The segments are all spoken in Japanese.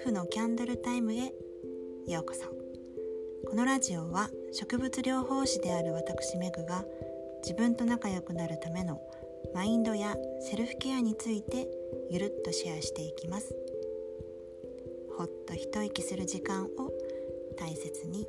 婦のキャンドルタイムへようこそ。このラジオは植物療法士である私メグが自分と仲良くなるためのマインドやセルフケアについてゆるっとシェアしていきます。ほっと一息する時間を大切に。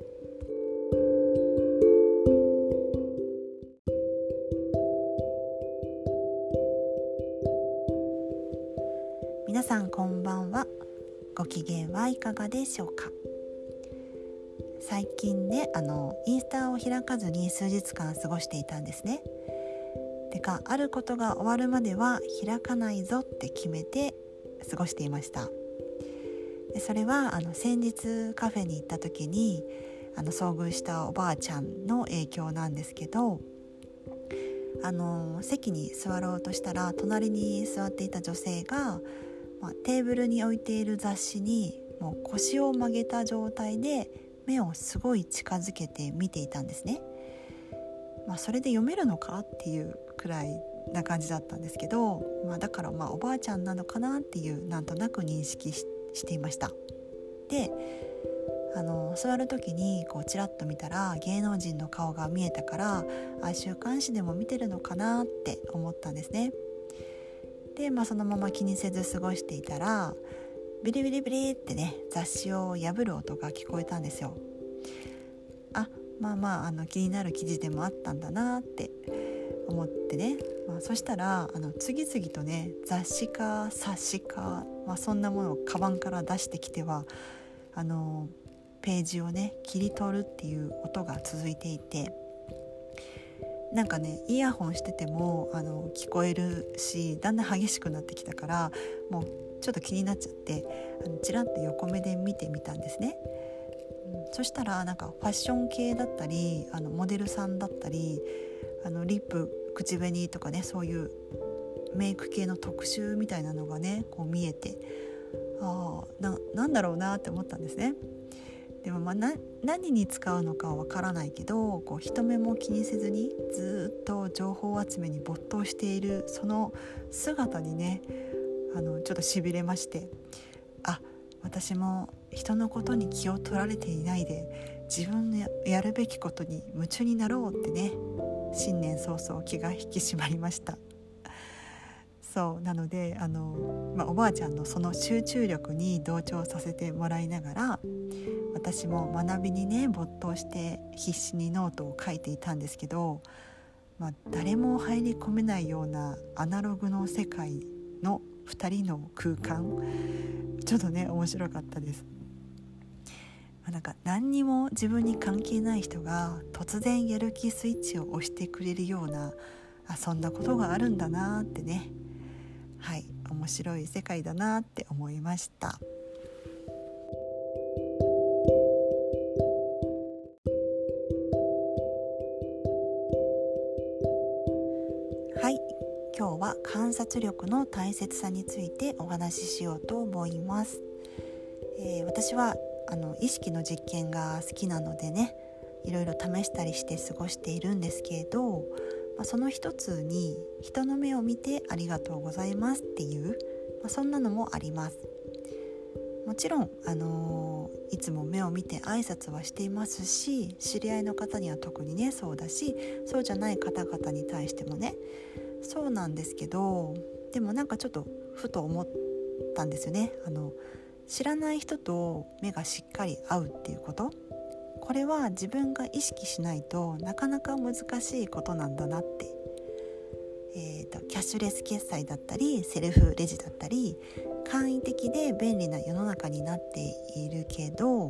皆さんこんばんは。ご機嫌はいかがでしょうか。最近ね、インスタを開かずに数日間過ごしていたんですね。てか、あることが終わるまでは開かないぞって決めて過ごしていました。でそれは先日カフェに行った時に遭遇したおばあちゃんの影響なんですけど、席に座ろうとしたら隣に座っていた女性が、テーブルに置いている雑誌にもう腰を曲げた状態で目をすごい近づけて見ていたんですね。それで読めるのかっていうくらいな感じだったんですけど、だからおばあちゃんなのかなっていうなんとなく認識していました。で座る時にちらっと見たら芸能人の顔が見えたから、週刊誌でも見てるのかなって思ったんですね。で、そのまま気にせず過ごしていたらビリビリビリってね、雑誌を破る音が聞こえたんですよ。気になる記事でもあったんだなって思ってね、そしたら次々とね、雑誌か冊子か、そんなものをカバンから出してきてはページをね切り取るっていう音が続いていて、なんかねイヤホンしてても聞こえるし、だんだん激しくなってきたからもうちょっと気になっちゃってちらっと横目で見てみたんですね。そしたらなんかファッション系だったりモデルさんだったりリップ口紅とかね、そういうメイク系の特集みたいなのがね見えて、なんだろうなって思ったんですね。でも何に使うのかはわからないけど、人目も気にせずにずっと情報集めに没頭しているその姿にねちょっと痺れまして、私も人のことに気を取られていないで自分のやるべきことに夢中になろうってね、新年早々気が引き締まりました。そうなのでおばあちゃんのその集中力に同調させてもらいながら、私も学びにね没頭して必死にノートを書いていたんですけど、誰も入り込めないようなアナログの世界の2人の空間、ちょっとね面白かったです。なんか何にも自分に関係ない人が突然やる気スイッチを押してくれるような、そんなことがあるんだなってね、面白い世界だなって思いました。今日は観察力の大切さについてお話ししようと思います。私は意識の実験が好きなのでね、いろいろ試したりして過ごしているんですけれど、その一つに人の目を見てありがとうございますっていう、そんなのもあります。もちろんいつも目を見て挨拶はしていますし、知り合いの方には特にねそうだし、そうじゃない方々に対してもねそうなんですけど、でもなんかちょっとふと思ったんですよね。知らない人と目がしっかり合うっていうこと、これは自分が意識しないとなかなか難しいことなんだなって。キャッシュレス決済だったりセルフレジだったり簡易的で便利な世の中になっているけど、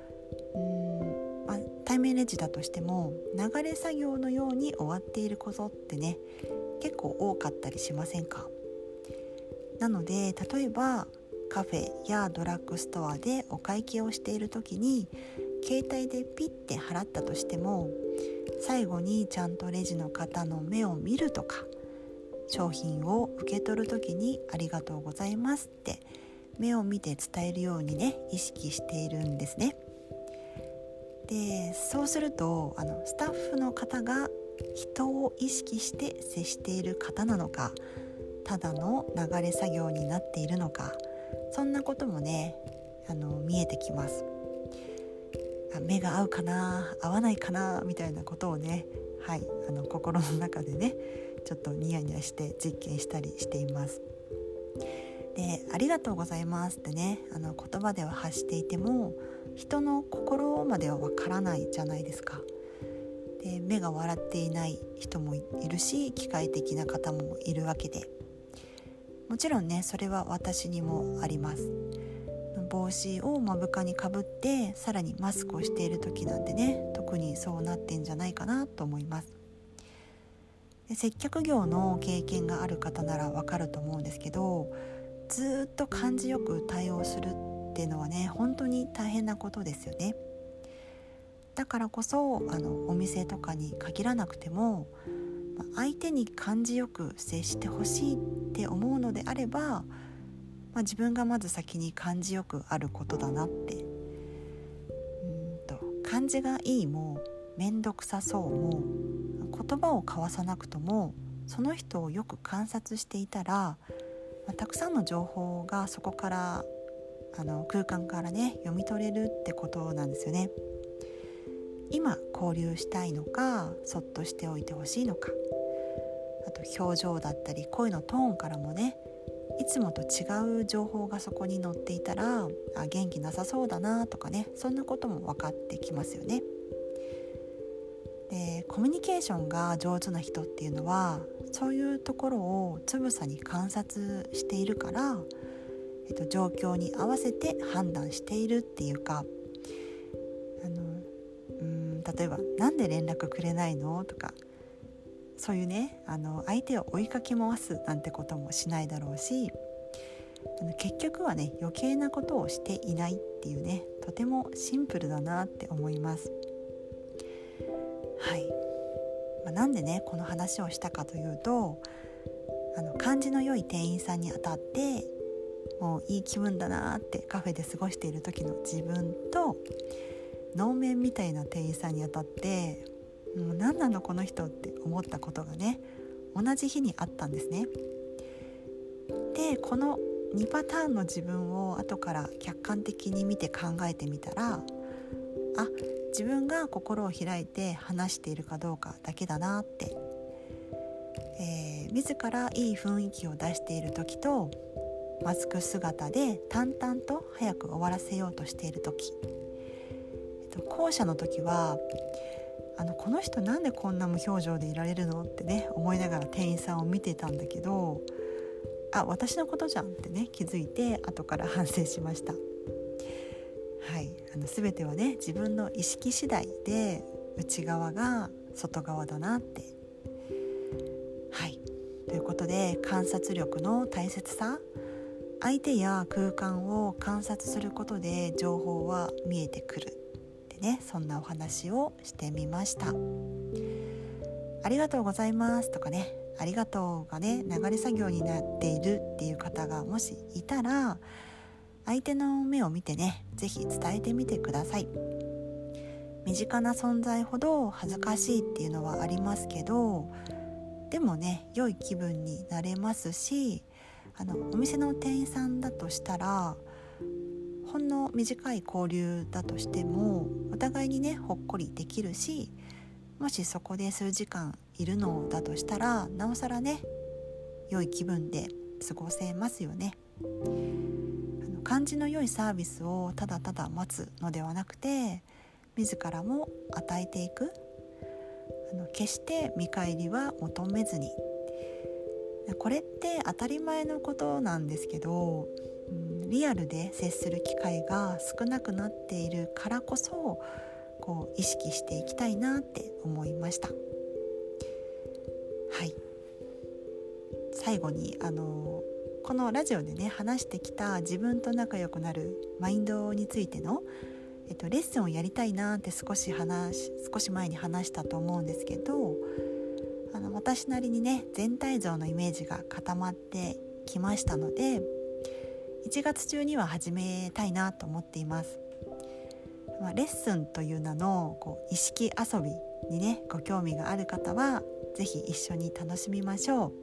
対面レジだとしても流れ作業のように終わっていることってね結構多かったりしませんか。なので例えばカフェやドラッグストアでお会計をしている時に携帯でピッて払ったとしても、最後にちゃんとレジの方の目を見るとか、商品を受け取る時にありがとうございますって目を見て伝えるようにね意識しているんですね。でそうするとスタッフの方が人を意識して接している方なのか、ただの流れ作業になっているのか、そんなこともね見えてきます。目が合うかな合わないかなみたいなことをね、心の中でねちょっとニヤニヤして実験したりしています。で、ありがとうございますってね言葉では発していても人の心まではわからないじゃないですか。で、目が笑っていない人もいるし機械的な方もいるわけで、もちろんねそれは私にもあります。帽子を目深にかぶってさらにマスクをしている時なんでね特にそうなってんじゃないかなと思います。で、接客業の経験がある方ならわかると思うんですけど、ずっと感じよく対応するっていうのはね本当に大変なことですよね。だからこそお店とかに限らなくても相手に感じよく接してほしいって思うのであれば、自分がまず先に感じよくあることだなって。感じがいいもめんどくさそうも言葉を交わさなくともその人をよく観察していたら、たくさんの情報がそこから空間からね読み取れるってことなんですよね。今交流したいのかそっとしておいてほしいのか、あと表情だったり声のトーンからもねいつもと違う情報がそこに載っていたら元気なさそうだなとかね、そんなことも分かってきますよね。で、コミュニケーションが上手な人っていうのはそういうところをつぶさに観察しているから、状況に合わせて判断しているっていうか、例えばなんで連絡くれないのとか、そういうね相手を追いかけ回すなんてこともしないだろうし、結局はね余計なことをしていないっていうね、とてもシンプルだなって思います。なんでねこの話をしたかというと、感じの良い店員さんにあたってもういい気分だなってカフェで過ごしている時の自分と、能面みたいな店員さんにあたってもう何なのこの人って思ったことがね同じ日にあったんですね。で、この2パターンの自分を後から客観的に見て考えてみたら、自分が心を開いて話しているかどうかだけだなって、自らいい雰囲気を出している時とマスク姿で淡々と早く終わらせようとしている時、後者の時はこの人なんでこんな無表情でいられるのってね思いながら店員さんを見てたんだけど、私のことじゃんってね気づいて後から反省しました。全てはね自分の意識次第で内側が外側だなって。ということで観察力の大切さ、相手や空間を観察することで情報は見えてくるってね、そんなお話をしてみました。ありがとうございますとかね、ありがとうがね流れ作業になっているっていう方がもしいたら、相手の目を見てねぜひ伝えてみてください。身近な存在ほど恥ずかしいっていうのはありますけど、でもね良い気分になれますし、お店の店員さんだとしたらほんの短い交流だとしてもお互いにねほっこりできるし、もしそこで数時間いるのだとしたらなおさらね良い気分で過ごせますよね。感じの良いサービスをただただ待つのではなくて自らも与えていく、決して見返りは求めずに。これって当たり前のことなんですけど、リアルで接する機会が少なくなっているからこそ意識していきたいなって思いました。最後にこのラジオでね話してきた自分と仲良くなるマインドについての、レッスンをやりたいなって少し前に話したと思うんですけど、私なりにね全体像のイメージが固まってきましたので1月中には始めたいなと思っています。レッスンという名の意識遊びにねご興味がある方はぜひ一緒に楽しみましょう。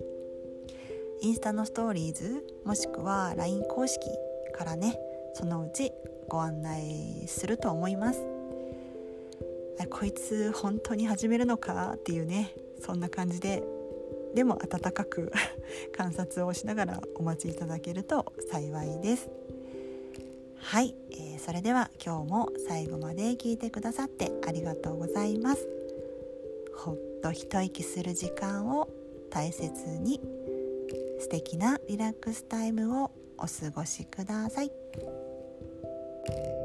インスタのストーリーズもしくは LINE 公式からねそのうちご案内すると思います。こいつ本当に始めるのかっていうね、そんな感じで、でも温かく観察をしながらお待ちいただけると幸いです。はい、それでは今日も最後まで聞いてくださってありがとうございます。ほっと一息する時間を大切に、素敵なリラックスタイムをお過ごしください。